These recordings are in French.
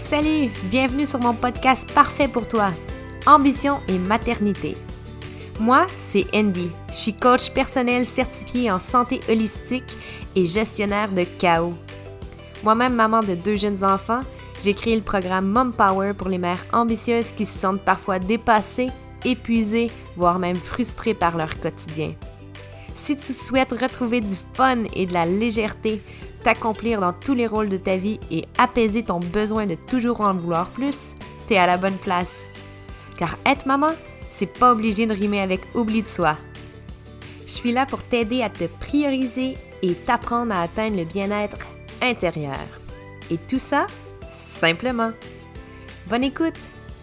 Salut, bienvenue sur mon podcast parfait pour toi, Ambition et maternité. Moi, c'est Andy, je suis coach personnel certifié en santé holistique et gestionnaire de chaos. Moi-même maman de 2 jeunes enfants, j'ai créé le programme Mom Power pour les mères ambitieuses qui se sentent parfois dépassées, épuisées, voire même frustrées par leur quotidien. Si tu souhaites retrouver du fun et de la légèreté, t'accomplir dans tous les rôles de ta vie et apaiser ton besoin de toujours en vouloir plus, t'es à la bonne place. Car être maman, c'est pas obligé de rimer avec oubli de soi. Je suis là pour t'aider à te prioriser et t'apprendre à atteindre le bien-être intérieur. Et tout ça, simplement. Bonne écoute!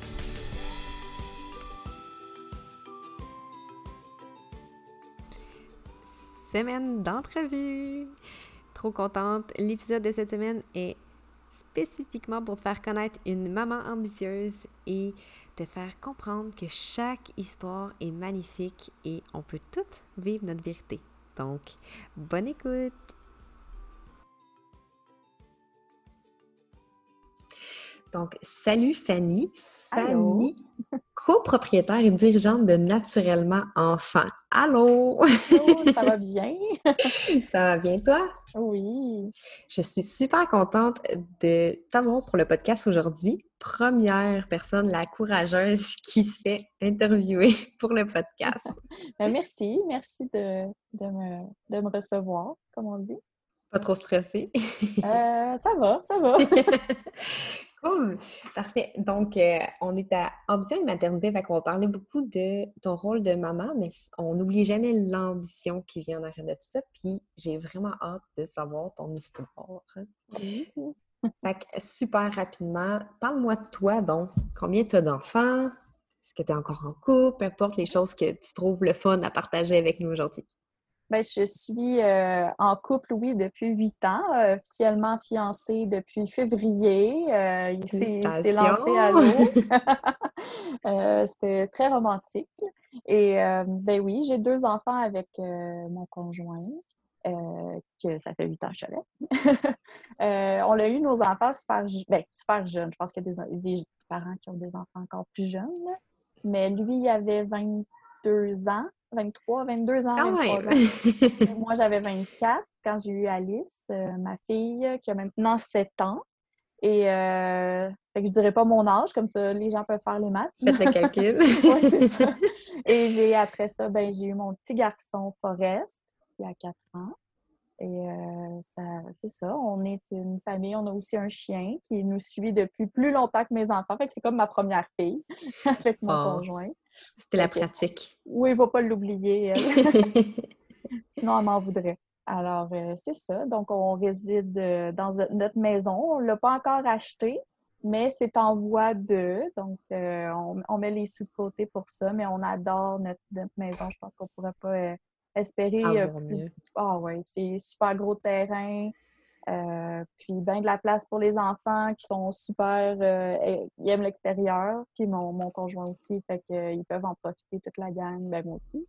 Semaine d'entrevue! Trop contente. L'épisode de cette semaine est spécifiquement pour te faire connaître une maman ambitieuse et te faire comprendre que chaque histoire est magnifique et on peut toutes vivre notre vérité. Donc, bonne écoute! Donc, salut Fanny. Allô? Fanny, copropriétaire et dirigeante de Naturellement Enfant. Allô! Oh, ça va bien? Ça va bien, toi? Oui. Je suis super contente de t'avoir pour le podcast aujourd'hui. Première personne, la courageuse qui se fait interviewer pour le podcast. Merci de me recevoir, comme on dit. Pas trop stressée? Ça va. Cool! Parfait. Donc, on est à Ambition et maternité, fait qu'on va parler beaucoup de ton rôle de maman, mais on n'oublie jamais l'ambition qui vient en arrière de tout ça, puis j'ai vraiment hâte de savoir ton histoire. Oui. Fait que super rapidement, parle-moi de toi donc. Combien tu as d'enfants? Est-ce que tu es encore en couple? Peu importe les choses que tu trouves le fun à partager avec nous aujourd'hui. Ben, je suis en couple, oui, depuis 8 ans, officiellement fiancée depuis février. Il s'est lancé à Félicitations! l'eau. C'était très romantique. Et ben oui, j'ai 2 enfants avec mon conjoint, que ça fait 8 ans que je l'ai. On a eu nos enfants super jeunes. Je pense qu'il y a des parents qui ont des enfants encore plus jeunes, là. Mais lui, il avait 22 ans, 22 ans, Quand 23 même! ans. Et moi, j'avais 24 quand j'ai eu Alice, ma fille, qui a maintenant 7 ans. Et fait que je dirais pas mon âge, comme ça, les gens peuvent faire les maths. Faites le calcul. Oui, c'est ça. Et après ça, j'ai eu mon petit garçon Forrest, qui a 4 ans. Et c'est ça, on est une famille. On a aussi un chien qui nous suit depuis plus longtemps que mes enfants. Fait que c'est comme ma première fille avec mon Bon, conjoint. c'était la Fait que, pratique. oui, il ne faut pas l'oublier, elle. Sinon, elle m'en voudrait. Alors, c'est ça. Donc, on réside dans notre maison. On ne l'a pas encore acheté, mais c'est en voie de. Donc, on met les sous de côté pour ça, mais on adore notre maison. Je pense qu'on ne pourrait pas espérer Avoir plus. mieux. Ah oui, c'est super gros terrain. Puis bien de la place pour les enfants qui sont super, ils aiment l'extérieur, puis mon conjoint aussi, fait qu'ils peuvent en profiter toute la gang, ben moi aussi.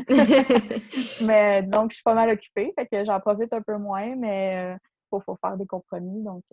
Mais disons que je suis pas mal occupée, fait que j'en profite un peu moins, mais faut faire des compromis, donc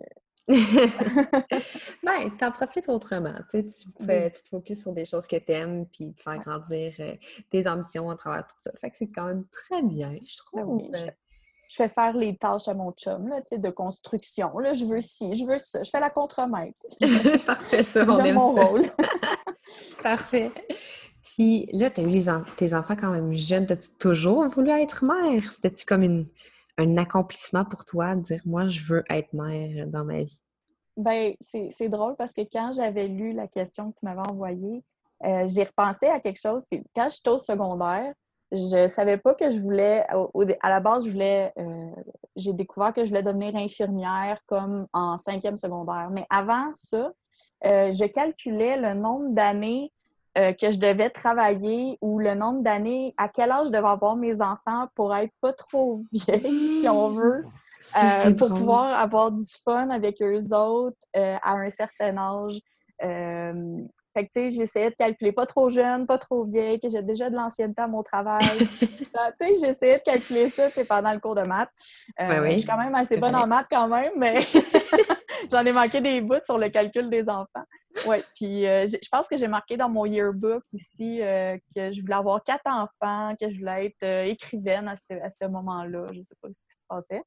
Ben, t'en profites autrement. Tu oui. te focuses sur des choses que t'aimes, puis te faire Ouais. grandir tes ambitions à travers tout ça. Fait que c'est quand même très bien, je Ben trouve. oui, je fais faire les tâches à mon chum, là, tu sais, de construction. Là, je veux ci, je veux ça. Je fais la contremaître. Parfait, ça, on J'aime aime mon ça. rôle. Parfait. Puis là, tu as eu tes enfants quand même jeunes. T'as-tu toujours voulu être mère? C'était-tu comme un accomplissement pour toi de dire, moi, je veux être mère dans ma vie? Ben, c'est drôle parce que quand j'avais lu la question que tu m'avais envoyée, j'ai repensé à quelque chose. Puis quand j'étais au secondaire, je savais pas que je voulais, à la base, j'ai découvert que je voulais devenir infirmière comme en 5e secondaire. Mais avant ça, je calculais le nombre d'années que je devais travailler ou le nombre d'années, à quel âge je devais avoir mes enfants pour être pas trop vieille, si on veut. Ça, c'est Pour drôle. pouvoir avoir du fun avec eux autres à un certain âge. Fait que, tu sais, j'essayais de calculer pas trop jeune, pas trop vieille, que j'ai déjà de l'ancienneté à mon travail. Tu sais, j'essayais de calculer ça, tu sais, pendant le cours de maths. Ben Je suis oui, quand même assez c'est bonne en correct. maths quand même, mais J'en ai manqué des bouts sur le calcul des enfants. Oui, puis je pense que j'ai marqué dans mon yearbook aussi que je voulais avoir 4 enfants, que je voulais être écrivaine à ce moment-là. Je ne sais pas ce qui se passait.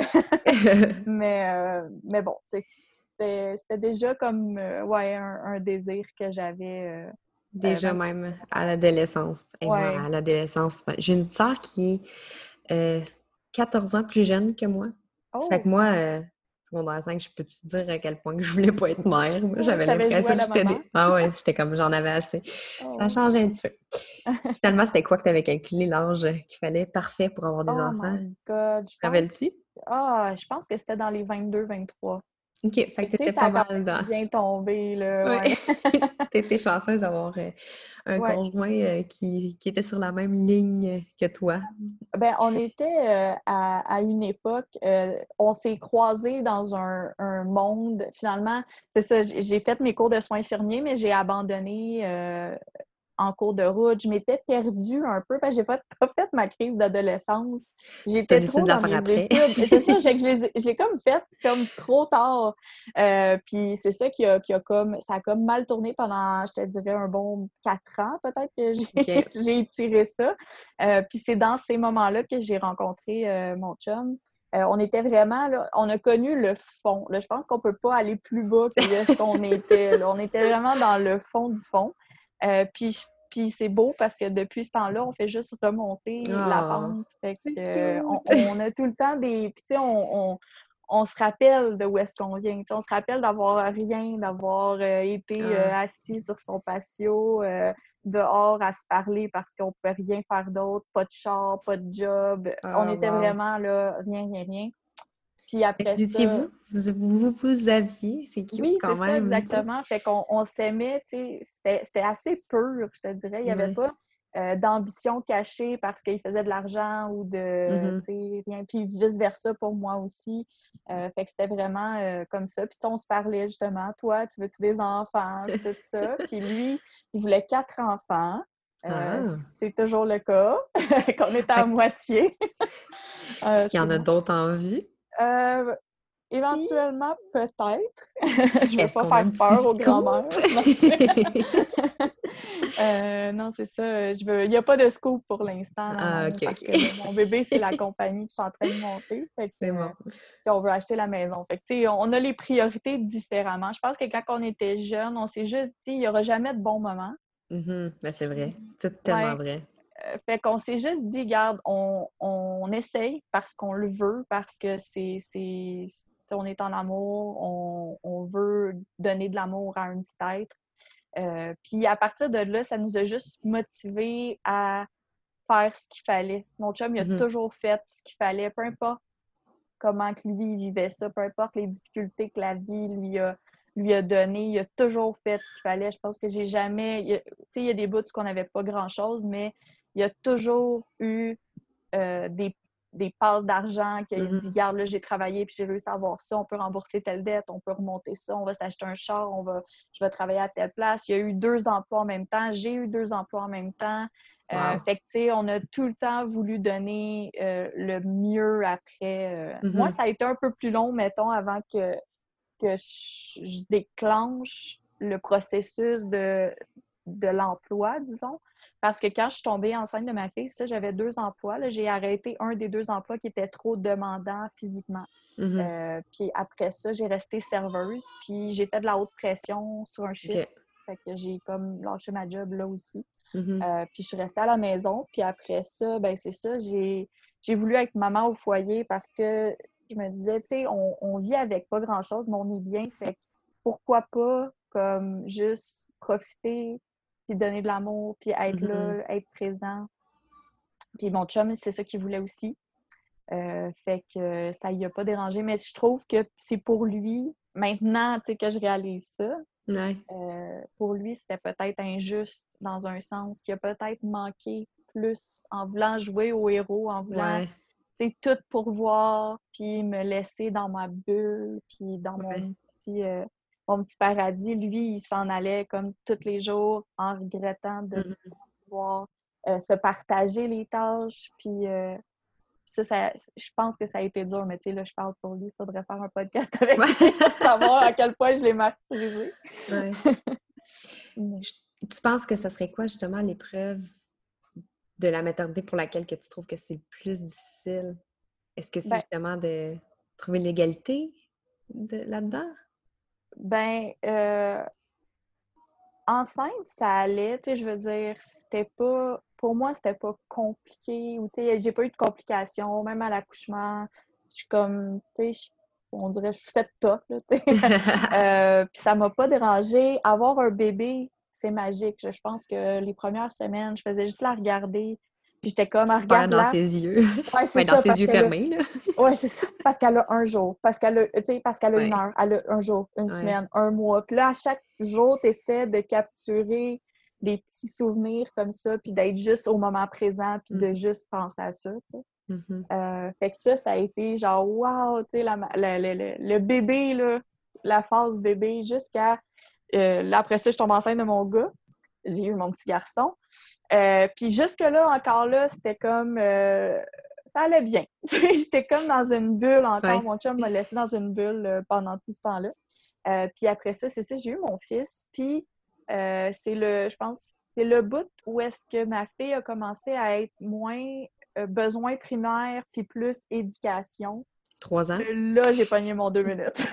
Mais bon, c'était déjà comme ouais, un désir que j'avais. Déjà Même même à l'adolescence. Et moi, ouais. à l'adolescence, j'ai une sœur qui est 14 ans plus jeune que moi. Fait que Oh! moi, secondaire 5, je peux te dire à quel point que je voulais pas être mère. Moi, Ouais, j'avais tu avais joué à l'impression que la j'étais maman. Ah ouais, j'étais comme j'en avais assez. Ça a Oh! changé un petit peu. Finalement, c'était quoi que tu avais calculé l'âge qu'il fallait parfait pour avoir des Oh enfants? my God! Te rappelles-tu? Je pense que c'était dans les 22-23. OK, fait Fait que que, tu sais, t'étais ça pas a quand mal même dans. bien tombé, là, Oui. ouais. T'étais chanceuse d'avoir un Ouais. conjoint qui était sur la même ligne que toi. Ben, on était à une époque, on s'est croisés dans un monde. Finalement, c'est ça, j'ai fait mes cours de soins infirmiers, mais j'ai abandonné en cours de route. Je m'étais perdue un peu parce que j'ai pas fait ma crise d'adolescence. T'as J'étais décidé trop de la dans faire mes après. études. Et c'est ça, je l'ai comme faite comme trop tard. Puis c'est ça qui a comme ça a comme mal tourné pendant, je te dirais, un bon 4 ans peut-être que OK. j'ai étiré ça. Puis c'est dans ces moments-là que j'ai rencontré mon chum. On était vraiment, là, on a connu le fond. Là, je pense qu'on peut pas aller plus bas que où est-ce qu'on était. Là. On était vraiment dans le fond du fond. Puis c'est beau parce que depuis ce temps-là, on fait juste remonter la Oh, pente. Fait c'est que, cute! on a tout le temps des. Puis tu sais, on se rappelle de où est-ce qu'on vient. T'sais, on se rappelle d'avoir rien, d'avoir été Ah, assis sur son patio, dehors à se parler parce qu'on pouvait rien faire d'autre, pas de char, pas de job. On oh, était wow. vraiment là, rien, rien, rien. Puis Fait que après vous étiez ça, vous aviez, c'est cute oui, c'est quand ça, même, tu sais. exactement. Fait qu'on on s'aimait, tu sais, c'était assez pur, je te dirais. Il n'y avait Ouais. pas d'ambition cachée parce qu'il faisait de l'argent ou de, Mhm. tu sais, rien. Puis vice-versa pour moi aussi. Fait que c'était vraiment comme ça. Puis tu sais, on se parlait justement, toi, tu veux-tu des enfants? Puis tout ça. Puis lui, il voulait 4 enfants. Ah. C'est toujours le cas, qu'on est à Fait que- moitié. Est-ce qu'il y C'est en a bon. d'autres en vue? Euh, Oui. Éventuellement, peut-être. Je veux Est-ce pas qu'on a un faire petit peur aux scoop? grands-mères. Non, non, c'est ça. Il n'y a pas de scoop pour l'instant, non, Ah, non, OK, parce que OK. mon bébé, c'est la compagnie que je suis en train de monter. Fait que, C'est bon. puis on veut acheter la maison. Fait que, tu sais, on a les priorités différemment. Je pense que quand on était jeune, on s'est juste dit, il n'y aura jamais de bon moment. Mhm. Ben, c'est vrai. Puis, C'est tellement ouais, vrai. fait qu'on s'est juste dit, garde, on essaye parce qu'on le veut, parce que on est en amour, on veut donner de l'amour à un petit être. Puis à partir de là, ça nous a juste motivés à faire ce qu'il fallait. Mon chum, il a Mhm. toujours fait ce qu'il fallait, peu importe comment que lui il vivait ça, peu importe les difficultés que la vie lui a donné, il a toujours fait ce qu'il fallait. Je pense que j'ai jamais. Tu sais, il y a des bouts où on n'avait pas grand-chose, mais il y a toujours eu des passes d'argent qu'il a dit, Mhm. regarde, là, j'ai travaillé puis j'ai réussi à avoir ça, on peut rembourser telle dette, on peut remonter ça, on va s'acheter un char, je vais travailler à telle place. Il y a eu 2 emplois en même temps, j'ai eu 2 emplois en même temps. Wow. Fait que, tu sais, on a tout le temps voulu donner le mieux après. Moi, Mhm. ça a été un peu plus long, mettons, avant que je déclenche le processus de l'emploi, disons. Parce que quand je suis tombée enceinte de ma fille, ça, j'avais 2 emplois. Là, j'ai arrêté un des 2 emplois qui était trop demandant physiquement. Mhm. Puis après ça, j'ai resté serveuse. Puis j'ai fait de la haute pression sur un chiffre. OK. Fait que j'ai comme lâché ma job là aussi. Mhm. Puis je suis restée à la maison. Puis après ça, ben c'est ça, j'ai voulu être maman au foyer parce que je me disais, tu sais, on vit avec pas grand-chose, mais on est bien. Fait que pourquoi pas comme juste profiter, puis donner de l'amour, puis être Mhm. là, être présent. Puis mon chum, c'est ça qu'il voulait aussi. Fait que ça y a pas dérangé. Mais je trouve que c'est pour lui, maintenant, tu sais, que je réalise ça, Ouais. pour lui, c'était peut-être injuste dans un sens, qu'il a peut-être manqué plus en voulant jouer au héros, en voulant, Ouais. tu sais, tout pourvoir, puis me laisser dans ma bulle, puis dans Ouais. mon petit paradis. Lui, il s'en allait comme tous les jours en regrettant de Mhm. pouvoir se partager les tâches, puis je pense que ça a été dur, mais tu sais, là, je parle pour lui. Il faudrait faire un podcast avec Ouais. lui pour savoir à quel point je l'ai martyrisé. Ouais. Tu penses que ça serait quoi, justement, l'épreuve de la maternité pour laquelle que tu trouves que c'est le plus difficile? Est-ce que c'est Ben, justement de trouver l'égalité là-dedans? Enceinte, ça allait, tu sais, je veux dire, pour moi, c'était pas compliqué, ou tu sais, j'ai pas eu de complications, même à l'accouchement, je suis comme, tu sais, on dirait, je suis faite tough, là, tu sais. Puis ça m'a pas dérangée. Avoir un bébé, c'est magique. Je pense que les premières semaines, je faisais juste la regarder, puis j'étais comme, Tu ah, te perds dans regarde-la. ses yeux. Ouais, c'est Ben, dans ça, ses parce yeux qu'elle a fermés, là. ouais, c'est ça. Parce qu'elle a un jour, parce qu'elle a, tu sais, parce qu'elle a une Ouais, heure, elle a un jour, une ouais. semaine, un mois. Puis là, à chaque jour, tu essaies de capturer des petits souvenirs comme ça, puis d'être juste au moment présent, puis de juste penser à ça, tu sais. Mhm. Fait que ça a été genre, wow, tu sais, le bébé, là, la phase bébé, jusqu'à... là, après ça, je tombe enceinte de mon gars. J'ai eu mon petit garçon. Puis jusque-là, encore là, c'était comme... ça allait bien. J'étais comme dans une bulle encore. Ouais. Mon chum m'a laissé dans une bulle pendant tout ce temps-là. Puis après ça, c'est ça, j'ai eu mon fils. Puis je pense, c'est le bout où est-ce que ma fille a commencé à être moins besoin primaire puis plus éducation. 3 ans? Là, j'ai pogné mon 2 minutes.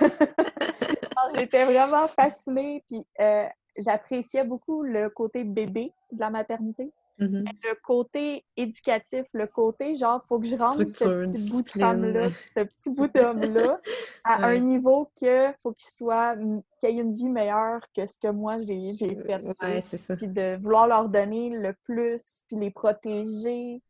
J'étais vraiment fascinée, puis j'appréciais beaucoup le côté bébé de la maternité. Mhm. Le côté éducatif, le côté genre, faut que je rende ce Structure, petit bout de discipline. femme-là, puis ce petit bout d'homme-là à un Ouais. niveau que faut qu'il ait une vie meilleure que ce que moi j'ai fait. Ouais, c'est ça. Puis de vouloir leur donner le plus, puis les protéger.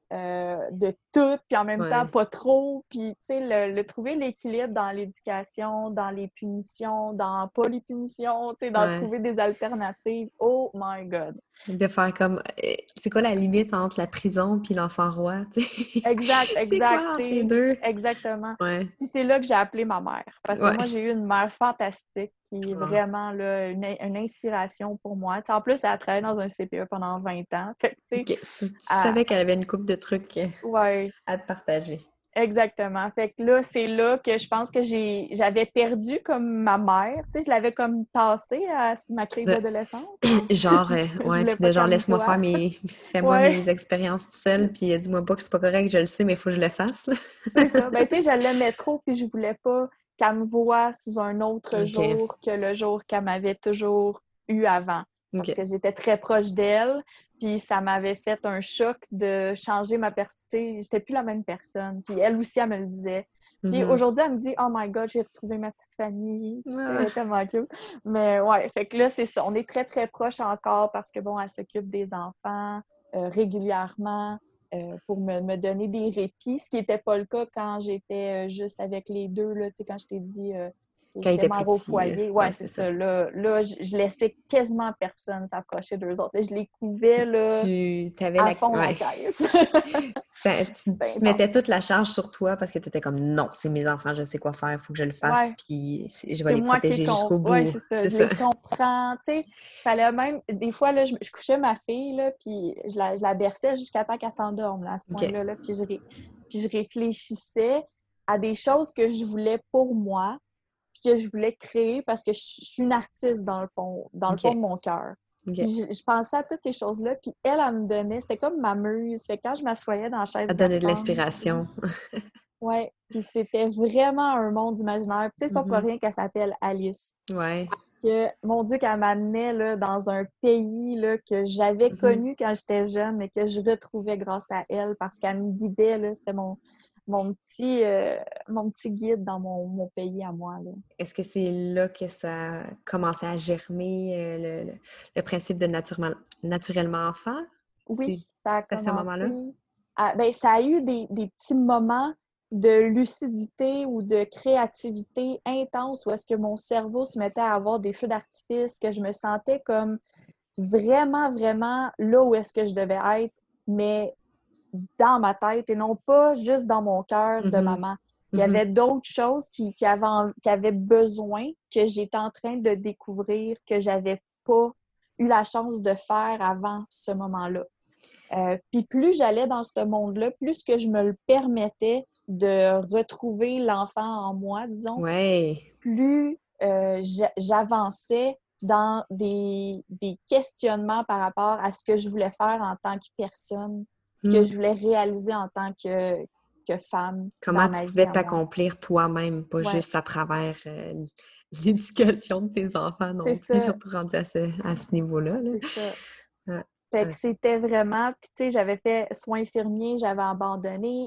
De tout, puis en même temps Ouais. pas trop, puis tu sais, le trouver l'équilibre dans l'éducation, dans les punitions, dans pas les punitions, tu sais, dans Ouais. trouver des alternatives. Oh my God! De faire comme... c'est quoi la limite entre la prison puis l'enfant roi, tu sais? Exact, C'est exact, quoi tu entre les sais, deux? exactement. Ouais. Puis c'est là que j'ai appelé ma mère, parce que Ouais. moi, j'ai eu une mère fantastique qui est Ah. vraiment là, une inspiration pour moi. Tu sais, en plus, elle a travaillé dans un CPE pendant 20 ans. Fait que, tu sais, OK. Tu savais qu'elle avait une couple de trucs ouais. à te partager. Exactement. Fait que là, c'est là que je pense que j'avais perdu comme ma mère. Tu sais, je l'avais comme tassée à ma crise De- d'adolescence, là. genre, Je ouais, voulais puis pas de genre, qu'elle me laisse-moi voie. faire fais-moi Ouais, mes expériences tout seul, puis dis-moi pas que c'est pas correct, je le sais, mais il faut que je le fasse, là. c'est ça. Ben, tu sais, je l'aimais trop, puis je voulais pas qu'elle me voie sous un autre OK. jour que le jour qu'elle m'avait toujours eu avant. Parce OK. que j'étais très proche d'elle, puis ça m'avait fait un choc de changer ma personnalité. J'étais plus la même personne. Puis elle aussi, elle me le disait. Puis Mhm. aujourd'hui, elle me dit « Oh my God, j'ai retrouvé ma petite famille. » Tu sais, elle Ah. est tellement cute. Mais ouais, fait que là, c'est ça. On est très, très proches encore parce que, bon, elle s'occupe des enfants régulièrement pour me donner des répits, ce qui n'était pas le cas quand j'étais juste avec les deux, là, tu sais, quand je t'ai dit que Quand il j'étais était plus mère au petit, là. foyer. Ouais, Ouais, c'est c'est ça. ça. Là, je laissais quasiment personne s'approcher d'eux autres. Là, je les Tu, couvais là, tu avais à la... fond la Ouais. caisse. C'était Tu mettais intense. toute la charge sur toi parce que tu étais comme non, c'est mes enfants, je sais quoi faire, il faut que je le fasse, Ouais, puis je vais c'est les moi qui les protéger jusqu'au Ouais, bout. c'est ça. C'est Je ça. les comprends. Tu sais, fallait même. Des fois, là, je couchais ma fille, là, puis je la berçais jusqu'à temps qu'elle s'endorme, là, à ce OK. point-là. Là, puis je réfléchissais à des choses que je voulais pour moi, puis que je voulais créer parce que je suis une artiste dans le fond OK. de mon cœur. OK. Puis je pensais à toutes ces choses-là, puis elle me donnait, c'était comme ma muse. Fait que quand je m'assoyais dans la chaise Ça donnait de berçante, l'inspiration. ouais, puis c'était vraiment un monde imaginaire. Puis tu sais, c'est pas pour Mhm. rien qu'elle s'appelle Alice. Ouais. Parce que, mon Dieu, qu'elle m'amenait là, dans un pays là, que j'avais Mhm. connu quand j'étais jeune, mais que je retrouvais grâce à elle, parce qu'elle me guidait, là. C'était mon petit guide dans mon pays à moi, là. Est-ce que c'est là que ça a commencé à germer le principe de naturellement enfant? Oui, C'est ça a à ce moment-là? commencé. Ben, ça a eu des petits moments de lucidité ou de créativité intense où est-ce que mon cerveau se mettait à avoir des feux d'artifice, que je me sentais comme vraiment, vraiment là où est-ce que je devais être, mais dans ma tête et non pas juste dans mon cœur de Mhm. maman. Il y Mhm. avait d'autres choses qui avaient besoin, que j'étais en train de découvrir, que j'avais pas eu la chance de faire avant ce moment-là. Puis plus j'allais dans ce monde-là, plus que je me le permettais de retrouver l'enfant en moi, disons, Ouais. plus j'avançais dans des questionnements par rapport à ce que je voulais faire en tant que personne, que je voulais réaliser en tant que femme Comment dans tu ma vie pouvais à moi. t'accomplir toi-même, pas Ouais, juste à travers l'éducation de tes enfants c'est non plus, ça, surtout rendu à ce niveau-là. Là. c'est ça. Ouais, Fait ouais, que c'était vraiment, puis tu sais, j'avais fait soins infirmiers, j'avais abandonné.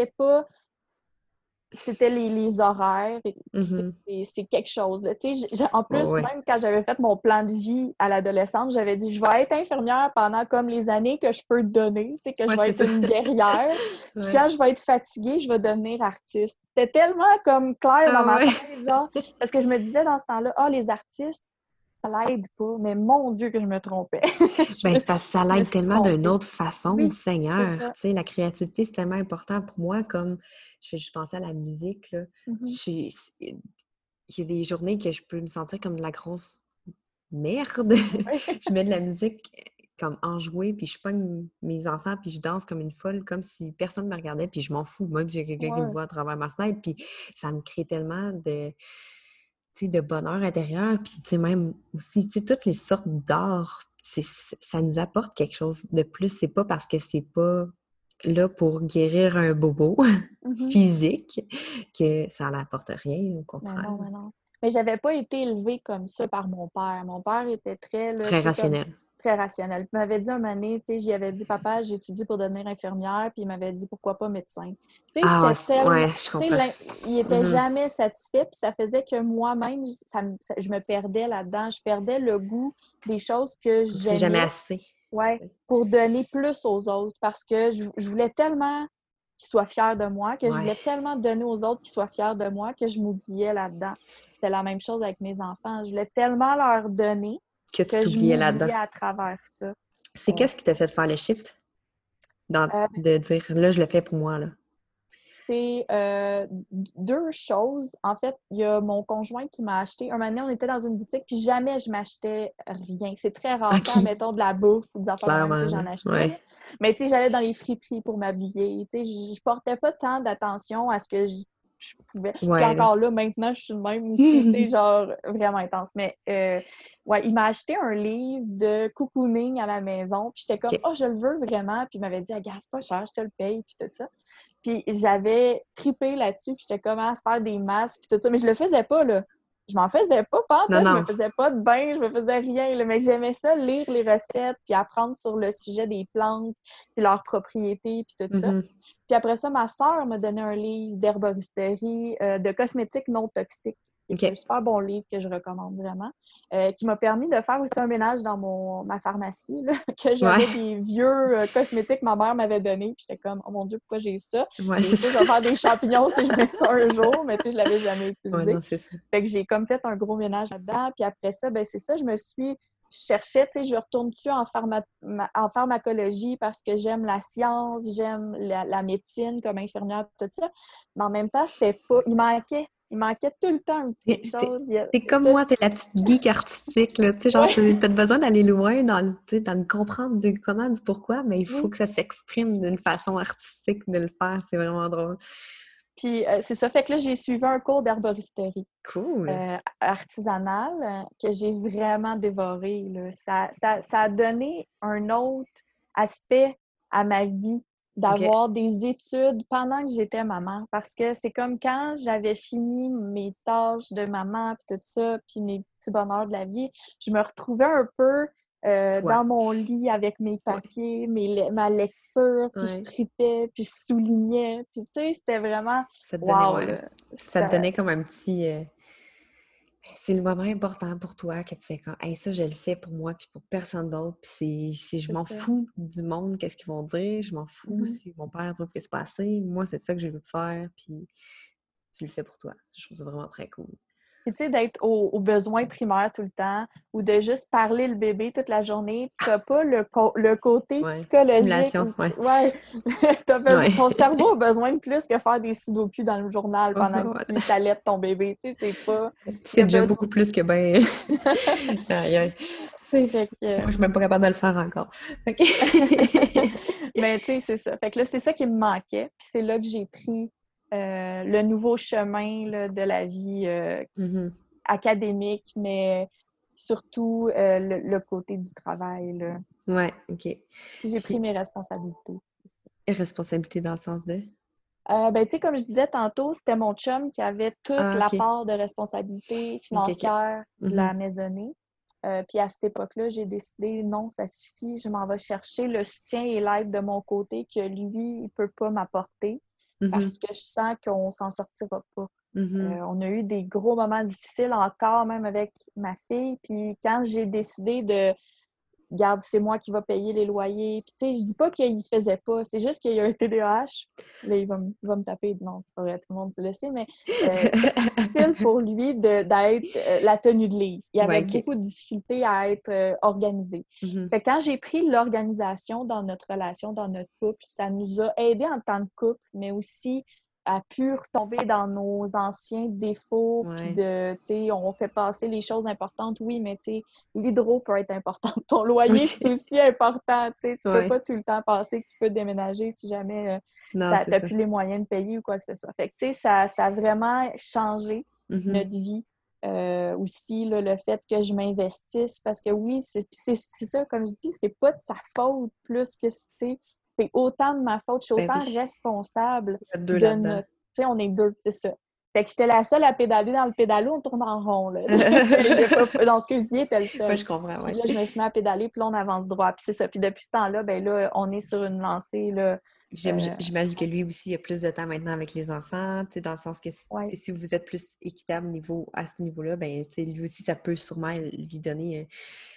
C'était les horaires, puis mhm. c'est quelque chose. Là. Tu sais, en Oh, plus, ouais. même quand j'avais fait mon plan de vie à l'adolescence, j'avais dit, je vais être infirmière pendant comme les années que je peux te donner, tu sais, que je Ouais, vais c'est être ça. une guerrière. Puis Ouais. quand je vais être fatiguée, je vais devenir artiste. C'était tellement comme clair dans Ah ma ouais. tête, genre, parce que je me disais dans ce temps-là, ah, les artistes, ça l'aide pas, mais mon Dieu que je me trompais. Ben, c'est parce que ça Je me l'aide suis tellement d'une trompée. autre façon, Oui, c'est Seigneur. ça. Tu sais, la créativité, c'est tellement important pour moi, comme je pensais à la musique, là. Mhm. Il y a des journées que je peux me sentir comme de la grosse merde. Oui. Je mets de la musique comme enjouée, puis je pogne mes enfants, puis je danse comme une folle, comme si personne me regardait, puis je m'en fous, même si y a quelqu'un qui me Ouais. voit à travers ma fenêtre, puis ça me crée tellement de bonheur intérieur, puis même aussi, toutes les sortes d'art, ça nous apporte quelque chose de plus. C'est pas parce que c'est pas là pour guérir un bobo Mhm. physique que ça n'apporte rien, au Mais contraire. non, mais non. Mais j'avais pas été élevée comme ça par mon père. Mon père était très, là, Très tu sais, comme rationnel. très rationnel. Il m'avait dit un moment donné, tu sais, j'y avais dit, papa, j'étudie pour devenir infirmière, puis il m'avait dit, pourquoi pas médecin? Tu sais, Ah, c'était tellement, ouais, je tu sais, comprends. il était Mhm. jamais satisfait, puis ça faisait que moi-même, je me perdais là-dedans. Je perdais le goût des choses que C'est jamais j'aimais, assez. ouais, pour donner plus aux autres, parce que je voulais tellement qu'ils soient fiers de moi, que je Ouais. voulais tellement donner aux autres qu'ils soient fiers de moi, que je m'oubliais là-dedans. C'était la même chose avec mes enfants. Je voulais tellement leur donner Que tu que je t'oubliais là-dedans. m'oubliais à travers ça. C'est qu'est-ce qui t'a fait faire le shift? Euh, De dire, là, je le fais pour moi, là. c'est deux choses. En fait, il y a mon conjoint qui m'a acheté. Un moment donné, on était dans une boutique, puis jamais je m'achetais rien. C'est très rare. Quand, OK. mettons, de la bouffe ou des affaires de même, tu sais, Clairement, là. j'en achetais. Là. Ouais. Mais tu sais, j'allais dans les friperies pour m'habiller. Tu sais, je portais pas tant d'attention à ce que je pouvais. Puis Ouais, là. encore là, maintenant, je suis de même aussi, tu sais, genre vraiment intense. Mais ouais, il m'a acheté un livre de cocooning à la maison. Puis j'étais comme, OK. oh, je le veux vraiment. Puis il m'avait dit, ah, c'est pas cher, je te le paye. Puis tout ça. Puis j'avais tripé là-dessus, puis j'étais comment se faire des masques, puis tout ça. Mais je le faisais pas, là. Je m'en faisais pas, Non, pantoute. Je me non. faisais pas de bain, je me faisais rien, là. Mais j'aimais ça, lire les recettes, puis apprendre sur le sujet des plantes, puis leurs propriétés, puis tout ça. Mhm. Puis après ça, ma sœur m'a donné un livre d'herboristerie, de cosmétiques non toxiques, qui est un OK. super bon livre que je recommande vraiment, qui m'a permis de faire aussi un ménage dans ma pharmacie, là, que Ouais. j'avais des vieux cosmétiques que ma mère m'avait donnés. Puis j'étais comme, oh mon Dieu, pourquoi j'ai ça? Ouais, C'est c'est sûr, ça. je vais faire des champignons si je mets ça un jour, mais tu sais, je l'avais jamais Ouais, utilisé. non, c'est ça. Fait que j'ai comme fait un gros ménage là-dedans. Puis après ça, ben c'est ça, je cherchais, tu sais, je retourne-tu en pharmacologie parce que j'aime la science, j'aime la médecine comme infirmière, tout ça. Mais en même temps, c'était pas. Il manquait tout le temps un petit T'es quelque chose. t'es comme moi, t'es la petite geek artistique, là. Tu sais, genre, Ouais, t'as besoin d'aller loin tu sais, dans le comprendre du comment, du pourquoi, mais il faut oui. que ça s'exprime d'une façon artistique de le faire. C'est vraiment drôle. Puis c'est ça. Fait que là, j'ai suivi un cours d'herboristerie Cool. artisanale que j'ai vraiment dévoré, là. Ça a donné un autre aspect à ma vie OK. d'avoir des études pendant que j'étais maman. Parce que c'est comme quand j'avais fini mes tâches de maman, puis tout ça, puis mes petits bonheurs de la vie, je me retrouvais un peu Toi. dans mon lit avec mes Ouais. papiers, ma lecture, puis je Ouais. tripais, puis je soulignais. Puis tu sais, c'était vraiment Ça te donnait, wow, ouais. là. Ça te C'était... donnait comme un petit. C'est le moment important pour toi que tu fais comme, hey, ça, je le fais pour moi puis pour personne d'autre. Puis je C'est m'en ça. fous du monde, qu'est-ce qu'ils vont dire. Je m'en fous Mhm. si mon père trouve que c'est pas assez. Moi, c'est ça que j'ai voulu faire. Puis tu le fais pour toi. Je trouve ça vraiment très cool. Puis tu sais, d'être aux besoins primaires tout le temps ou de juste parler le bébé toute la journée, puis t'as pas le côté Ouais. psychologique Stimulation, où, ouais. ouais, Ouais. ton cerveau a besoin de plus que faire des sudoku dans le journal Ouais, pendant que voilà. tu t'allaites ton bébé. Tu sais, c'est pas... Il C'est a déjà besoin... beaucoup plus que ben. Aïe, aïe. Fait que, Moi, je suis même pas capable de le faire encore. OK. mais tu sais, c'est ça. Fait que là, c'est ça qui me manquait. Puis c'est là que j'ai pris le nouveau chemin là, de la vie académique, mais surtout le côté du travail. Là. Ouais, OK. Puis j'ai pris Puis, mes responsabilités. responsabilité dans le sens de... Ben, tu sais, comme je disais tantôt, c'était mon chum qui avait toute Ah, la OK. part de responsabilité OK, OK. financière de Mhm. la maisonnée. Puis à cette époque-là, j'ai décidé, non, ça suffit, je m'en vais chercher le soutien et l'aide de mon côté que lui, il ne peut pas m'apporter Mhm. parce que je sens qu'on s'en sortira pas. Mhm. On a eu des gros moments difficiles encore, même avec ma fille. Puis quand j'ai décidé de garde, c'est moi qui va payer les loyers. Puis, tu sais, je dis pas qu'il faisait pas, c'est juste qu'il y a un TDAH. Là, il va me taper. Non, c'est pas vrai, tout le monde le sait, mais c'était difficile pour lui d'être la tenue de livre. Il Ouais, avait OK. beaucoup de difficultés à être organisé. Mhm. Fait que quand j'ai pris l'organisation dans notre relation, dans notre couple, ça nous a aidés en tant que couple, mais aussi à pu retomber dans nos anciens défauts, puis Ouais. de, tu sais, on fait passer les choses importantes, oui, mais tu sais, l'hydro peut être important. Ton loyer, OK. c'est aussi important. Tu sais, tu peux Ouais. pas tout le temps penser que tu peux déménager si jamais Non, tu c'est n'as ça. plus les moyens de payer ou quoi que ce soit. Fait que, tu sais, ça a vraiment changé Mhm. notre vie. Aussi, là, le fait que je m'investisse, parce que oui, c'est ça, comme je dis, c'est pas de sa faute plus que c'est autant de ma faute. Je suis Ben autant oui. responsable Vous êtes deux de là-dedans. notre. Tu sais, on est deux, c'est ça. Fait que j'étais la seule à pédaler dans le pédalo, on tourne en rond, là. Il y a pas... Dans ce que je dis, était le Ouais, seul. je comprends, Puis ouais. là, je me suis mis à pédaler, puis là, on avance droit. Puis c'est ça. Puis depuis ce temps-là, ben là, on est sur une lancée, là. J'imagine que lui aussi a plus de temps maintenant avec les enfants, tu sais, dans le sens que Ouais. si vous êtes plus équitable à ce niveau-là, ben, tu sais, lui aussi, ça peut sûrement lui donner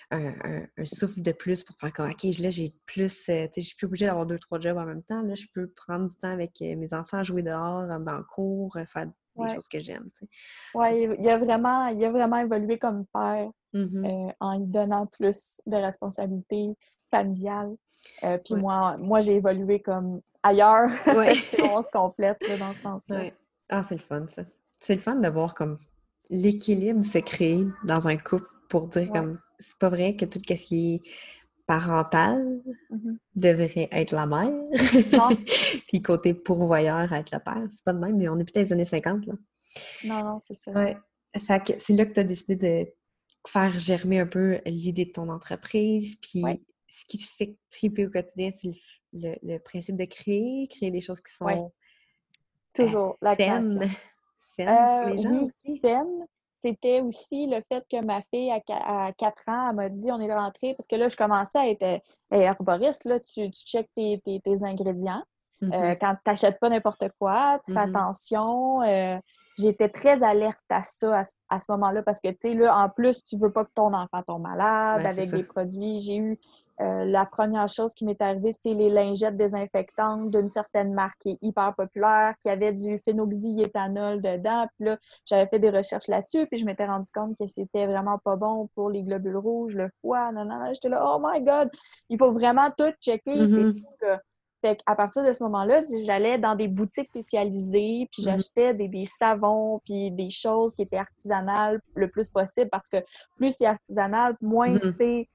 un souffle de plus pour faire comme, OK, là, j'ai plus, tu sais, je suis plus obligée d'avoir 2, 3 jobs en même temps. Là, je peux prendre du temps avec mes enfants, jouer dehors, dans le cours, faire des Ouais. choses que j'aime, tu sais. Ouais, il a vraiment évolué comme père Mhm. en lui donnant plus de responsabilités familiales. Puis Ouais. moi j'ai évolué comme ailleurs. Ouais. Fait que, tu sais, on se complète là, dans ce sens-là. Ouais. Ah, c'est le fun, ça. C'est le fun de voir comme l'équilibre se créer dans un couple pour dire Ouais. comme c'est pas vrai que tout ce qui est parental Mhm. devrait être la mère, Non, puis côté pourvoyeur être le père. C'est pas de même, mais on est peut-être les années 50, là. non, c'est ça. Ouais. Fait que c'est là que tu as décidé de faire germer un peu l'idée de ton entreprise, Ouais, puis ce qui te fait triper au quotidien, c'est le principe de créer des choses qui ouais, sont toujours la saines, création. saines pour les gens Oui, aussi. saine. C'était aussi le fait que ma fille, à 4 ans, elle m'a dit on est rentré parce que là, je commençais à être herboriste, là, tu checkes tes ingrédients. Mhm, Quand tu n'achètes pas n'importe quoi, tu fais mhm. attention. J'étais très alerte à ça à ce moment-là parce que, tu sais, là, en plus, tu veux pas que ton enfant tombe malade Ben, c'est avec ça. des produits. J'ai eu la première chose qui m'est arrivée, c'était les lingettes désinfectantes d'une certaine marque qui est hyper populaire, qui avait du phénoxyéthanol dedans. Puis là, j'avais fait des recherches là-dessus, puis je m'étais rendu compte que c'était vraiment pas bon pour les globules rouges, le foie, non, non, non. J'étais là, oh my God, il faut vraiment tout checker, c'est Mhm, fou, là. Fait qu'à partir de ce moment-là, j'allais dans des boutiques spécialisées, puis mhm, j'achetais des savons, puis des choses qui étaient artisanales le plus possible, parce que plus c'est artisanal, moins mhm. c'est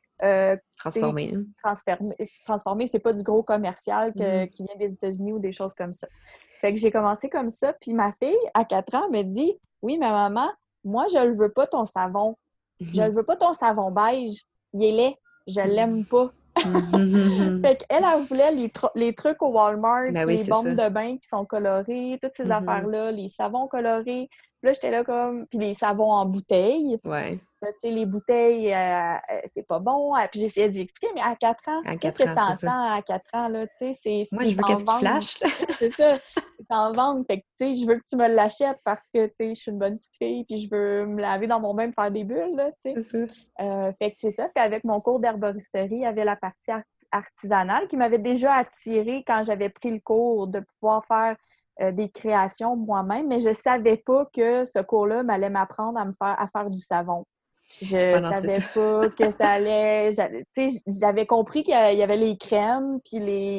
c'est Transformé, hein. transformé, c'est pas du gros commercial Mhm, qui vient des États-Unis ou des choses comme ça. Fait que j'ai commencé comme ça, puis ma fille, à 4 ans, me dit oui, mais maman, moi, je le veux pas ton savon. Je mhm, le veux pas ton savon beige. Il est laid. Je l'aime pas. mhm, mhm. Fait qu'elle, elle voulait les trucs au Walmart, Ben oui, les c'est ça. bombes de bain qui sont colorées, toutes ces Mhm. affaires-là, les savons colorés. Puis là, j'étais là comme... Puis les savons en bouteille. Ouais, Là, tu sais, les bouteilles, c'est pas bon. Puis j'essayais d'y expliquer, mais à 4 ans, à qu'est-ce que 4 ans, tu c'est ça. entends à 4 ans, là? Tu sais, Moi, je c'est veux en qu'est-ce qui vente. flash, là. C'est ça, c'est en vente. Fait que, tu sais, je veux que tu me l'achètes parce que, tu sais, je suis une bonne petite fille puis je veux me laver dans mon bain, me faire des bulles, là, tu sais. C'est ça. Fait que c'est ça. Puis avec mon cours d'herboristerie, il y avait la partie artisanale qui m'avait déjà attirée quand j'avais pris le cours de pouvoir faire des créations moi-même, mais je ne savais pas que ce cours-là m'allait m'apprendre à faire du savon. Je Ouais, non, c'est savais ça. pas que ça allait. Tu sais, j'avais compris qu'il y avait les crèmes, puis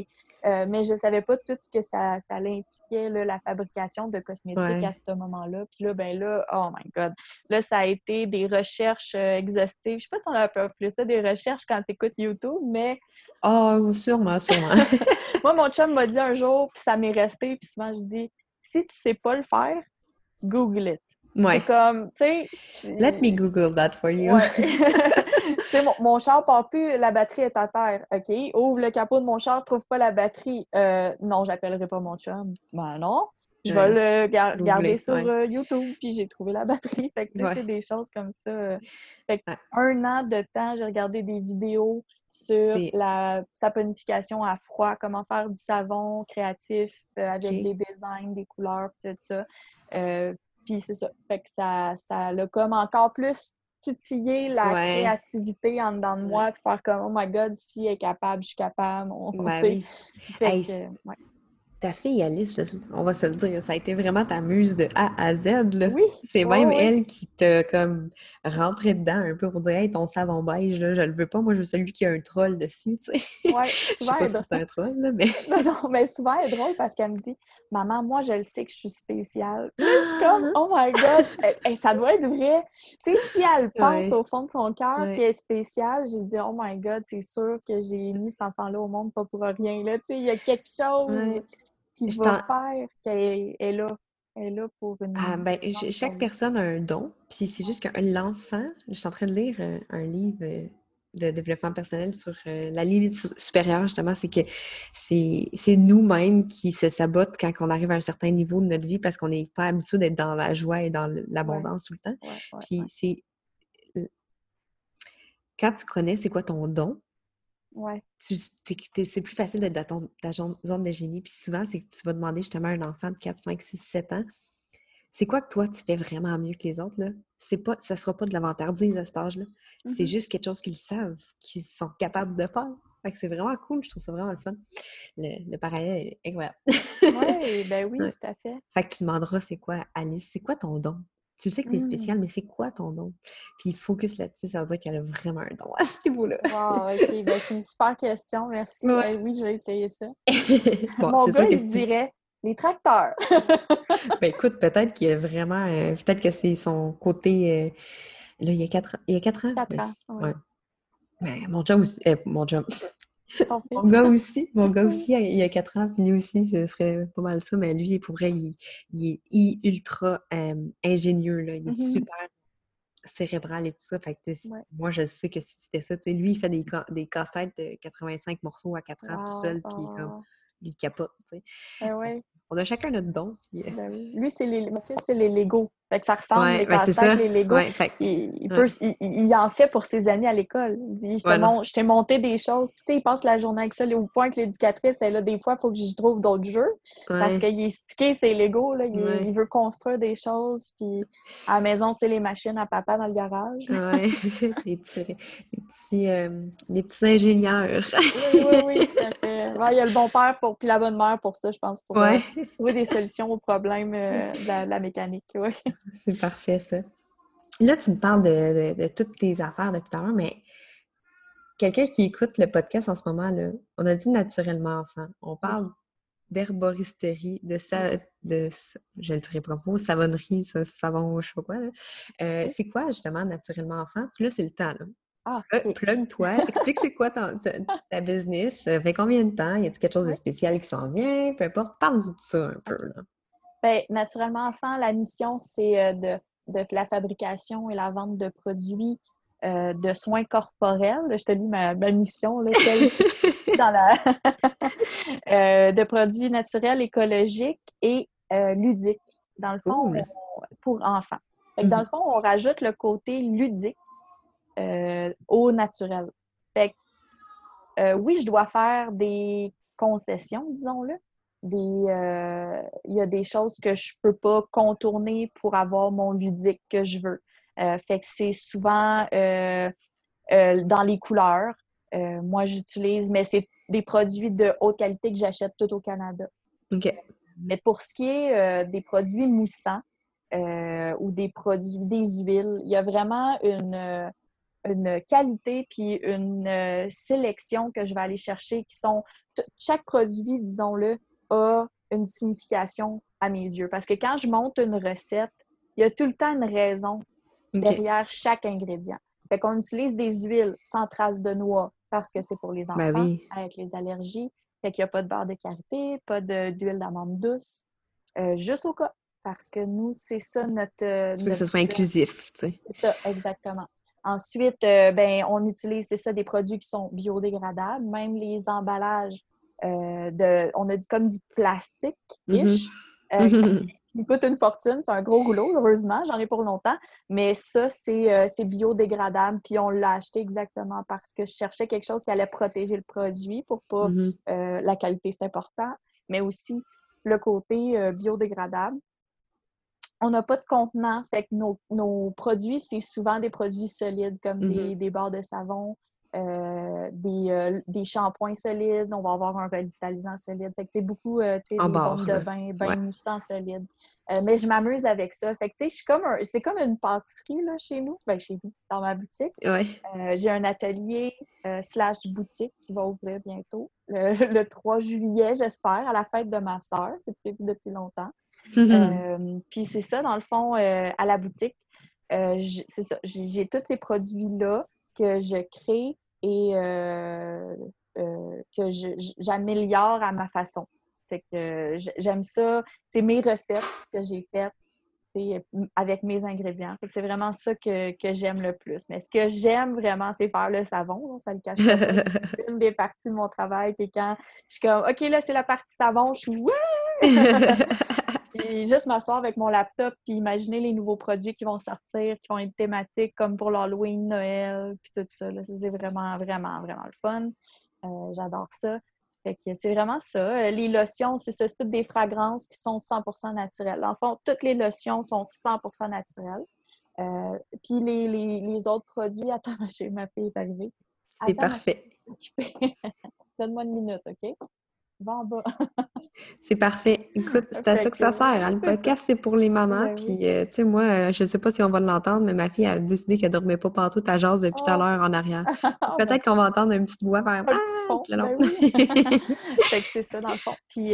mais je savais pas tout ce que ça impliquait, là, la fabrication de cosmétiques Ouais. à ce moment-là. Puis là, ben là, oh my God! Là, ça a été des recherches exhaustives. Je sais pas si on a appelé ça des recherches quand tu écoutes YouTube, mais Oh, sûrement, sûrement. moi, mon chum m'a dit un jour, puis ça m'est resté, puis souvent, je dis, si tu sais pas le faire, Google it. Ouais. C'est comme, tu sais... Let me Google that for you. Ouais. Tu sais, mon char part plus, la batterie est à terre. OK. Ouvre le capot de mon char, je trouve pas la batterie. Non, j'appellerai pas mon chum. Ben non. Je vais Ouais. le regarder Googler, sur ouais. YouTube, puis j'ai trouvé la batterie. Fait que, tu sais, Ouais. c'est des choses comme ça. Fait Ouais. un an de temps, j'ai regardé des vidéos sur C'est... la saponification à froid, comment faire du savon créatif avec OK. des designs, des couleurs, tout ça. Puis c'est ça. Fait que ça l'a comme encore plus titiller la Ouais. créativité en dedans de Ouais. moi, puis faire comme « Oh my God, si elle est capable, je suis capable. » Tu Ben sais. oui. Fait Hey, que, ouais. ta fille Alice, là, on va se le dire, ça a été vraiment ta muse de A à Z, là. Oui, C'est oui, même oui. elle qui t'a comme rentré dedans un peu pour dire hey, ton savon beige, là, je le veux pas, moi je veux celui qui a un troll dessus, tu sais. Ouais, Je sais souvent pas elle est si drôle. c'est un troll, là, mais. Non, non, mais souvent elle est drôle parce qu'elle me dit « Maman, moi, je le sais que je suis spéciale. » Puis là, je suis comme « Oh my God! Ça doit être vrai. » Tu sais, si elle pense Ouais, au fond de son cœur ouais, qu'elle est spéciale, j'ai dit « Oh my God, c'est sûr que j'ai mis cet enfant-là au monde pas pour rien. » Là, tu sais, il y a quelque chose ouais. qui Je va t'en- faire qu'elle est là. Elle est là pour Ah, une ben, grande chaque cause. personne a un don, puis c'est juste que l'enfant, je suis en train de lire un livre de développement personnel sur la limite supérieure, justement, c'est que c'est nous-mêmes qui se sabotent quand on arrive à un certain niveau de notre vie parce qu'on n'est pas habitué d'être dans la joie et dans Ouais, l'abondance tout le temps. ouais, ouais, Puis ouais. quand tu connais c'est quoi ton don, Ouais. c'est plus facile d'être dans ta zone de génie. Puis souvent, c'est que tu vas demander justement à un enfant de 4, 5, 6, 7 ans c'est quoi que toi, tu fais vraiment mieux que les autres, là? Ça sera pas de la vantardise à cet âge-là. C'est Mhm. juste quelque chose qu'ils savent, qu'ils sont capables de faire. Fait que c'est vraiment cool, je trouve ça vraiment le fun. Le parallèle est incroyable. Ouais, ben oui, Ouais. tout à fait. Fait que tu demanderas, c'est quoi, Alice? C'est quoi ton don? Tu le sais que t'es Hmm. spécial, mais c'est quoi ton don? Puis focus là-dessus, ça veut dire qu'elle a vraiment un don à ce niveau-là. Wow, OK. Ben, c'est une super question. Merci. Ouais. Oui, je vais essayer ça. Bon, Mon c'est gars, sûr que il se si. dirait les tracteurs. Ben écoute, peut-être qu'il y a vraiment. Peut-être que c'est son côté. Là, il y a 4 ans? 4 ans, Ouais. oui. Ben, mon chum aussi. Mon chum. Ton Mon fils. gars aussi. Mon gars Oui. aussi, il y a 4 ans, puis lui aussi, ce serait pas mal ça. Mais lui, pour vrai, il est ultra ingénieux, là. Il est Mhm. super cérébral et tout ça. Fait que, Ouais. moi, je sais que si c'était ça, tu sais, lui, il fait des casse-têtes de 85 morceaux à 4 ans tout Wow, seul, puis comme, wow. lui, il capote, tu sais. Ben Fait oui. on a chacun notre don, puis, Ben oui. Lui, mon fils, c'est les Legos. Fait que ça ressemble, ouais, les ben c'est casse-têtes, ça. les Legos. Ouais, fait Il ouais. peut, il en fait pour ses amis à l'école. Il dit, Ouais, non. je t'ai monté des choses. Puis, tu sais, il passe la journée avec ça. Au point que l'éducatrice, elle, là, des fois, il faut que j'y trouve d'autres jeux. Parce Ouais, qu'il est stické, ses Legos, là. ouais, Il veut construire des choses. Puis, à la maison, c'est les machines à papa dans le garage. ouais. Les petits ingénieurs. Oui, oui, oui, tout à fait. Ouais, il y a le bon père puis la bonne mère pour ça, je pense, pour Ouais, trouver des solutions aux problèmes de la mécanique. Oui. c'est parfait, ça. Là, tu me parles de toutes tes affaires depuis tout à l'heure, mais quelqu'un qui écoute le podcast en ce moment, là, on a dit naturellement enfant. On Oui. parle d'herboristerie, Oui. je le dirais pas comme vous, savonnerie, savon, je sais pas quoi, là. OK. C'est quoi, justement, naturellement enfant? Puis là, c'est le temps, là. Ah, OK. Plug-toi, explique c'est quoi ta business, ça fait combien de temps, y a-t-il quelque chose de Oui. spécial qui s'en vient, peu importe, parle-nous de ça un peu, OK. là. Bien, naturellement, enfant, la mission, c'est de la fabrication et la vente de produits de soins corporels. Je te lis ma mission, là, celle qui est dans la... de produits naturels, écologiques et ludiques. Dans le fond, Cool. pour enfants. Fait que dans Mhm. le fond, on rajoute le côté ludique au naturel. Fait que, oui, je dois faire des concessions, disons-le. Il y a des choses que je peux pas contourner pour avoir mon ludique que je veux. Fait que c'est souvent dans les couleurs. Moi, j'utilise, mais c'est des produits de haute qualité que j'achète tout au Canada. OK. Mais pour ce qui est des produits moussants ou des huiles, il y a vraiment une qualité puis une sélection que je vais aller chercher qui sont... Chaque produit, disons-le, a une signification à mes yeux. Parce que quand je monte une recette, il y a tout le temps une raison derrière chaque ingrédient. Fait qu'on utilise des huiles sans trace de noix parce que c'est pour les enfants oui. avec les allergies. Fait qu'il n'y a pas de beurre de karité, pas d'huile d'amande douce. Juste au cas. Parce que nous, c'est ça notre... Tu veux que ce soit inclusif, tu sais. C'est ça, exactement. Ensuite, on utilise, c'est ça, des produits qui sont biodégradables. Même les emballages, on a dit comme du plastique-ish, qui coûte une fortune. C'est un gros rouleau, heureusement. J'en ai pour longtemps. Mais ça, c'est biodégradable. Puis on l'a acheté exactement parce que je cherchais quelque chose qui allait protéger le produit pour pas... la qualité, c'est important. Mais aussi le côté biodégradable. On n'a pas de contenant, fait que nos produits, c'est souvent des produits solides comme des barres de savon, des shampoings solides, on va avoir un revitalisant solide. Fait que c'est beaucoup, des bombes de bain moussants solides. Mais je m'amuse avec ça. Fait que, tu sais, c'est comme une pâtisserie, là, chez nous, dans ma boutique. Ouais. J'ai un atelier / boutique qui va ouvrir bientôt, le 3 juillet, j'espère, à la fête de ma sœur. C'est prévu depuis longtemps. Puis c'est ça, dans le fond, à la boutique, c'est ça, j'ai tous ces produits-là que je crée et que j'améliore à ma façon. Fait que j'aime ça. C'est mes recettes que j'ai faites avec mes ingrédients. Fait que c'est vraiment ça que j'aime le plus. Mais ce que j'aime vraiment, c'est faire le savon. Là, ça le cache pas. C'est une des parties de mon travail. Puis quand je suis comme, OK, là, c'est la partie savon, je suis « ouais! » Et juste m'asseoir avec mon laptop puis imaginer les nouveaux produits qui vont sortir, qui vont être thématiques comme pour l'Halloween, Noël, puis tout ça. Là. C'est vraiment, vraiment, vraiment le fun. J'adore ça. Fait que c'est vraiment ça. Les lotions, c'est ça, c'est toutes des fragrances qui sont 100% naturelles. En fond, toutes les lotions sont 100% naturelles. Puis les autres produits... Attends, ma fille est arrivée. C'est parfait. Donne-moi une minute, OK? Va en bas. C'est parfait. Écoute, c'est à ça que ça sert. Hein? Le podcast, c'est pour les mamans. Puis, tu sais, moi, je ne sais pas si on va l'entendre, mais ma fille a décidé qu'elle ne dormait pas partout à jase depuis tout à l'heure en arrière. Peut-être qu'on va entendre une petite voix faire un petit fond. Fait que c'est ça, dans le fond. Puis,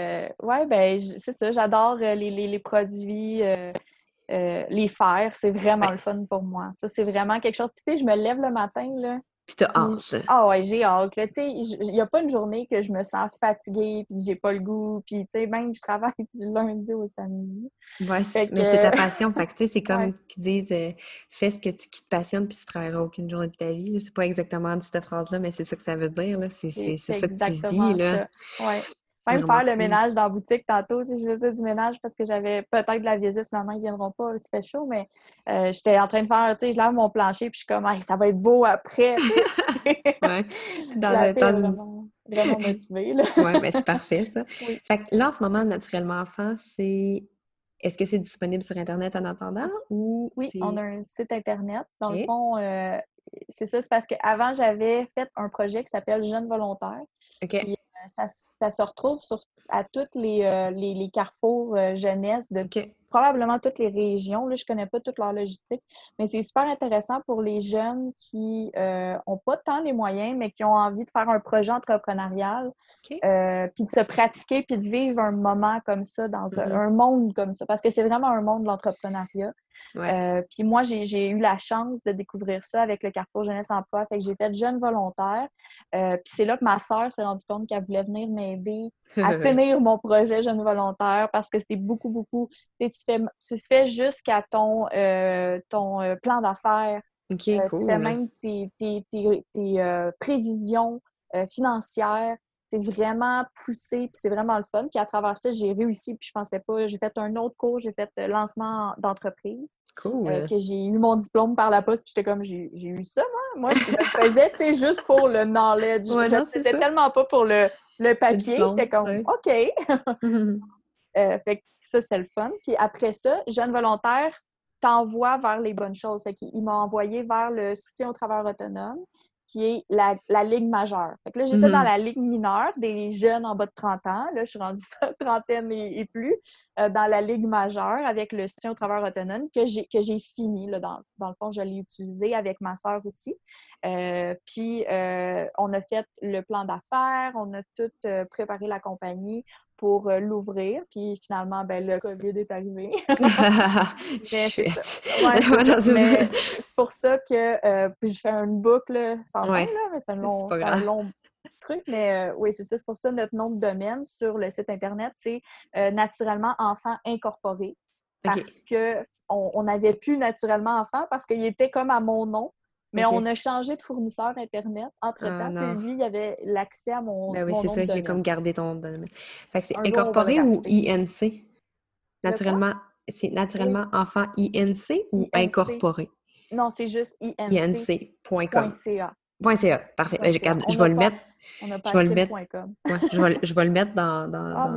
c'est ça. J'adore les produits, les faire. C'est vraiment le fun pour moi. Ça, c'est vraiment quelque chose. Puis, tu sais, je me lève le matin, là. Puis t'as hâte. Ah ouais, j'ai hâte. Tu sais, il n'y a pas une journée que je me sens fatiguée puis j'ai pas le goût. Puis, tu sais, même je travaille du lundi au samedi. Ouais, mais c'est ta passion. Fait que, tu sais, c'est comme qu'ils disent fais ce qui te passionne puis tu travailleras aucune journée de ta vie. Là. C'est pas exactement cette phrase-là, mais c'est ça que ça veut dire. Là. C'est ça que tu vis. Là. Ouais. Même faire le ménage dans la boutique tantôt, si je faisais du ménage parce que j'avais peut-être de la visite, finalement, ils ne viendront pas, il fait chaud, mais j'étais en train de faire, tu sais, je lave mon plancher, puis je suis comme, hey, ça va être beau après. Ouais. La fille est vraiment, vraiment motivée. Oui, ben c'est parfait, ça. Oui. Fait que là, en ce moment, Naturellement Enfant, est-ce que c'est disponible sur Internet en attendant ou oui, on a un site Internet. Dans le fond, c'est ça, c'est parce qu'avant, j'avais fait un projet qui s'appelle Jeunes volontaires. OK. Puis, ça se retrouve à tous les carrefours jeunesse de probablement toutes les régions. Là, je ne connais pas toute leur logistique, mais c'est super intéressant pour les jeunes qui n'ont pas tant les moyens, mais qui ont envie de faire un projet entrepreneurial, puis de se pratiquer, puis de vivre un moment comme ça, dans un monde comme ça, parce que c'est vraiment un monde de l'entrepreneuriat. Ouais. Puis moi, j'ai eu la chance de découvrir ça avec le Carrefour Jeunesse Emploi. Fait que j'ai fait jeune volontaire. Puis c'est là que ma sœur s'est rendue compte qu'elle voulait venir m'aider à finir mon projet jeune volontaire parce que c'était beaucoup, beaucoup. Tu fais jusqu'à ton plan d'affaires. OK, cool. Tu fais même tes prévisions financières. C'est vraiment poussé, puis c'est vraiment le fun. Puis à travers ça, j'ai réussi, puis je pensais pas. J'ai fait un autre cours, j'ai fait lancement d'entreprise. Cool. Que j'ai eu mon diplôme par la poste, puis j'étais comme, j'ai eu ça, moi. Moi, je le faisais, tu sais, juste pour le knowledge. Ouais, je ne faisais tellement pas pour le papier. J'étais comme, OK. Fait que ça, c'était le fun. Puis après ça, Jeune volontaire t'envoie vers les bonnes choses. Fait qu'il m'a envoyé vers le soutien aux travailleurs autonomes. qui est la ligue majeure. Fait que là, j'étais dans la ligue mineure des jeunes en bas de 30 ans. Là, je suis rendue trentaine et plus, dans la ligue majeure avec le soutien aux travailleurs autonomes que j'ai fini. Là, dans le fond, je l'ai utilisé avec ma sœur aussi. Puis, on a fait le plan d'affaires, on a tout préparé la compagnie pour l'ouvrir. Puis finalement, ben, le COVID est arrivé. Mais c'est ça. Ouais, mais c'est pour ça que puis je fais une boucle sans fin, là, mais c'est un long truc. Mais oui, c'est ça. C'est pour ça que notre nom de domaine sur le site Internet, c'est Naturellement Enfant Incorporé. Parce qu'on n'avait plus Naturellement Enfant parce qu'il était comme à mon nom. Mais on a changé de fournisseur Internet entre-temps. Puis lui, il avait l'accès à mon ben oui, nom c'est de ça, domaine. il a comme gardé ton nom de domaine. Fait que c'est Un jour, incorporé ou INC? Naturellement, c'est Naturellement Enfant INC ou INC. Incorporé? Non, c'est juste INC.com. .ca. .ca, parfait. Ben, je vais le mettre. On n'a pas acheté le .com. Ouais, je vais le mettre dans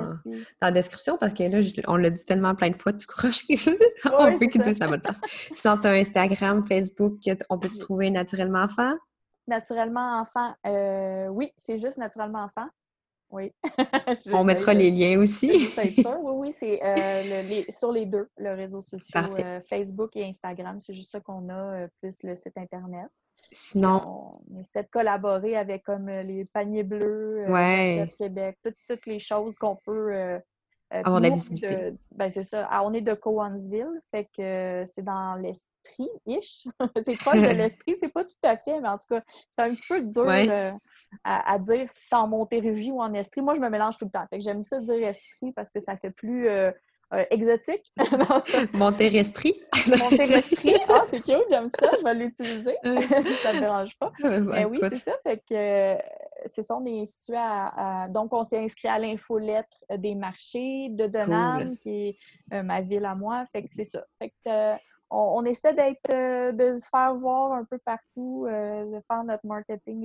la description parce que là, on l'a dit tellement plein de fois, tu croches. On veut qu'il dise ça à votre place. Sinon, tu as Instagram, Facebook, on peut te trouver Naturellement Enfant? Naturellement Enfant, oui, c'est juste Naturellement Enfant. Oui. On mettra les liens aussi. Juste être sûr. Oui, c'est sur les deux, le réseau social, Facebook et Instagram. C'est juste ça qu'on a, plus le site Internet. Sinon, on essaie de collaborer avec comme les paniers bleus, J'achète Québec, toutes les choses qu'on peut avoir la visibilité. Ben c'est ça. On est de Cowansville, fait que c'est dans l'Estrie-ish. C'est proche de l'Estrie, c'est pas tout à fait, mais en tout cas, c'est un petit peu dur à dire si c'est en Montérégie ou en Estrie. Moi, je me mélange tout le temps. Fait que j'aime ça dire Estrie parce que ça fait plus exotique. Montéréstrie. Montéréstrie. Ah, c'est cute, j'aime ça. Je vais l'utiliser si ça ne me dérange pas. Mais oui, c'est ça. Fait que c'est ça, on est situé donc, on s'est inscrit à l'infolettre des marchés de Denham, qui est ma ville à moi. Fait que c'est ça. Fait que on essaie de se faire voir un peu partout, de faire notre marketing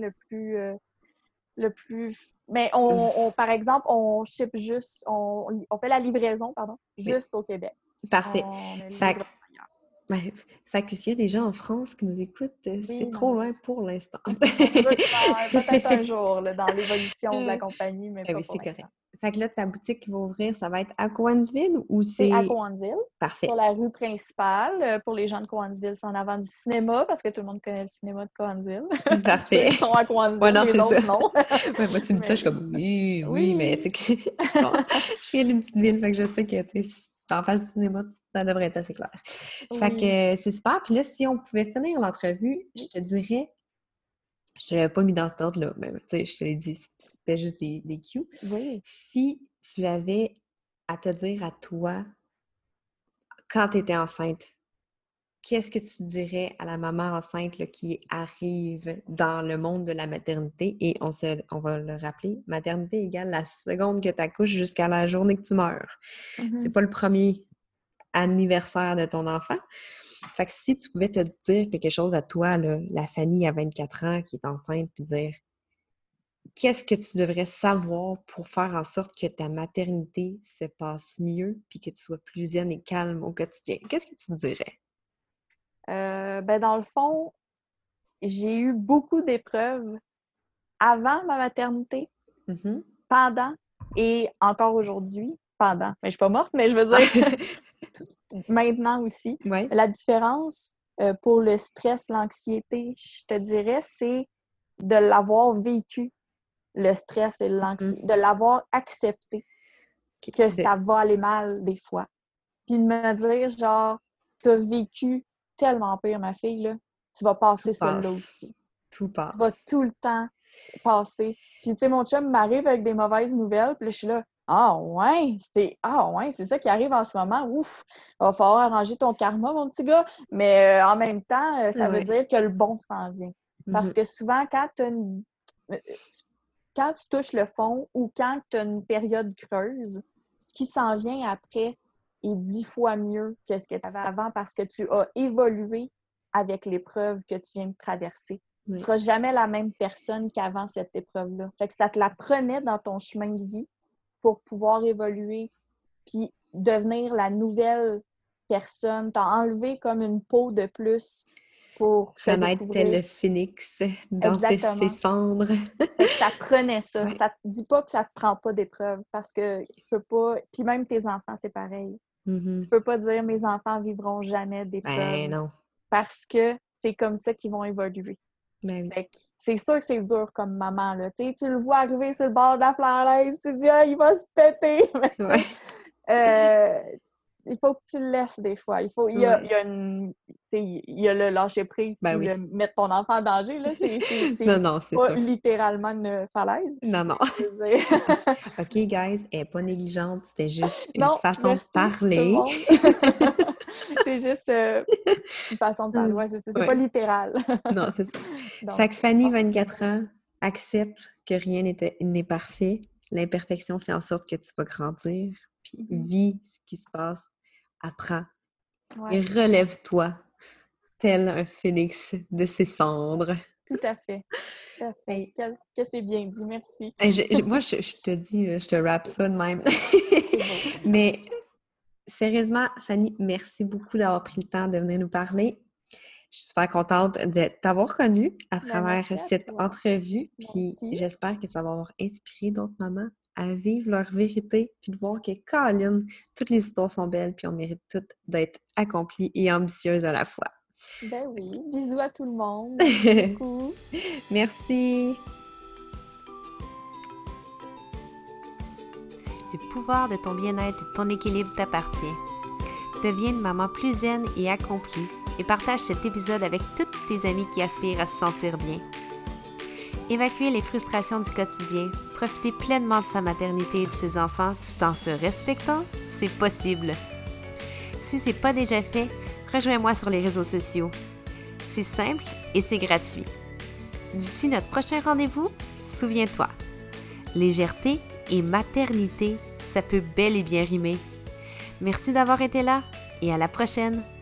le plus... Mais par exemple, on ship juste, on fait la livraison, juste au Québec. Parfait. Fait que s'il y a des gens en France qui nous écoutent, c'est trop loin pour l'instant. Peut-être un jour, là, dans l'évolution de la compagnie, mais pas oui, pour c'est correct. Fait que là, ta boutique qui va ouvrir, ça va être à Cowansville ou c'est à Cowansville. Parfait. Sur la rue principale. Pour les gens de Cowansville, c'est en avant du cinéma, parce que tout le monde connaît le cinéma de Cowansville. Parfait. Ils sont à Cowansville, les autres, non. Moi, tu me dis ça, je suis comme, oui, mais tu sais que je viens d'une petite ville, fait que je sais que si tu en face du cinéma, ça devrait être assez clair. Fait que c'est super. Puis là, si on pouvait finir l'entrevue, je te dirais, je te l'avais pas mis dans cet ordre-là, mais tu sais, je te l'ai dit, c'était juste des cues. Oui. Si tu avais à te dire à toi, quand tu étais enceinte, qu'est-ce que tu dirais à la maman enceinte là, qui arrive dans le monde de la maternité? Et on va le rappeler, maternité égale la seconde que tu accouches jusqu'à la journée que tu meurs. C'est pas le premier anniversaire de ton enfant. Fait que si tu pouvais te dire quelque chose à toi, là, la Fanny à 24 ans qui est enceinte, puis dire qu'est-ce que tu devrais savoir pour faire en sorte que ta maternité se passe mieux puis que tu sois plus zen et calme au quotidien? Qu'est-ce que tu dirais? Ben dans le fond, j'ai eu beaucoup d'épreuves avant ma maternité, pendant et encore aujourd'hui. Pendant. Mais je suis pas morte, mais je veux dire maintenant aussi. Ouais. La différence pour le stress, l'anxiété, je te dirais, c'est de l'avoir vécu, le stress et l'anxiété, de l'avoir accepté que ça va aller mal des fois. Puis de me dire, genre, t'as vécu tellement pire, ma fille, là, tu vas passer ça là aussi. Tout passe. Tu vas tout le temps passer. Puis, tu sais, mon chum m'arrive avec des mauvaises nouvelles, puis là, je suis là, c'est ça qui arrive en ce moment. Ouf, il va falloir arranger ton karma, mon petit gars. Mais en même temps, ça veut dire que le bon s'en vient. Parce que souvent, quand tu touches le fond ou quand tu as une période creuse, ce qui s'en vient après est 10 fois mieux que ce que tu avais avant parce que tu as évolué avec l'épreuve que tu viens de traverser. Tu ne seras jamais la même personne qu'avant cette épreuve-là. Fait que ça te la prenait dans ton chemin de vie pour pouvoir évoluer puis devenir la nouvelle personne. T'as enlevé comme une peau de plus pour te Renaître tel le découvrir. phénix dans ses Exactement. cendres. Fait que ça prenait ça. Ouais. Ça te dit pas que ça te prend pas d'épreuve parce que tu peux pas. Puis même tes enfants, c'est pareil. Tu peux pas dire mes enfants vivront jamais d'épreuve Ben non. parce que c'est comme ça qu'ils vont évoluer. Ben oui. Fait que c'est sûr que c'est dur comme maman, là. Tu sais, tu le vois arriver sur le bord de la falaise, tu te dis « Ah, il va se péter! » Mais tu sais, il faut que tu le laisses des fois. Il y a le lâcher prise Ben puis oui. le mettre ton enfant en danger, là. C'est Non, c'est pas sûr. littéralement une falaise. Non. Je veux dire. OK, guys, elle n'est pas négligente, c'était juste une Non, façon de merci tout le parler. monde. C'est juste une façon de parler. Ouais, c'est pas littéral. Non, c'est ça. Donc, Fait que Fanny, 24 ans, accepte que rien n'est parfait. L'imperfection fait en sorte que tu vas grandir, puis vis ce qui se passe, apprends et relève-toi tel un phénix de ses cendres. Tout à fait. Tout à fait. Que c'est bien dit, merci. Moi, je te dis, je te rappe ça de même. C'est beau. Mais sérieusement, Fanny, merci beaucoup d'avoir pris le temps de venir nous parler. Je suis super contente de t'avoir connue à travers cette entrevue. Puis j'espère que ça va avoir inspiré d'autres mamans à vivre leur vérité, puis de voir que, Colin, toutes les histoires sont belles, puis on mérite toutes d'être accomplies et ambitieuses à la fois. Ben oui. Bisous à tout le monde. Merci beaucoup. Merci. Le pouvoir de ton bien-être et de ton équilibre t'appartient. Deviens une maman plus zen et accomplie et partage cet épisode avec toutes tes amies qui aspirent à se sentir bien. Évacuer les frustrations du quotidien, profiter pleinement de sa maternité et de ses enfants tout en se respectant, c'est possible. Si ce n'est pas déjà fait, rejoins-moi sur les réseaux sociaux. C'est simple et c'est gratuit. D'ici notre prochain rendez-vous, souviens-toi, légèreté et maternité, ça peut bel et bien rimer. Merci d'avoir été là et à la prochaine!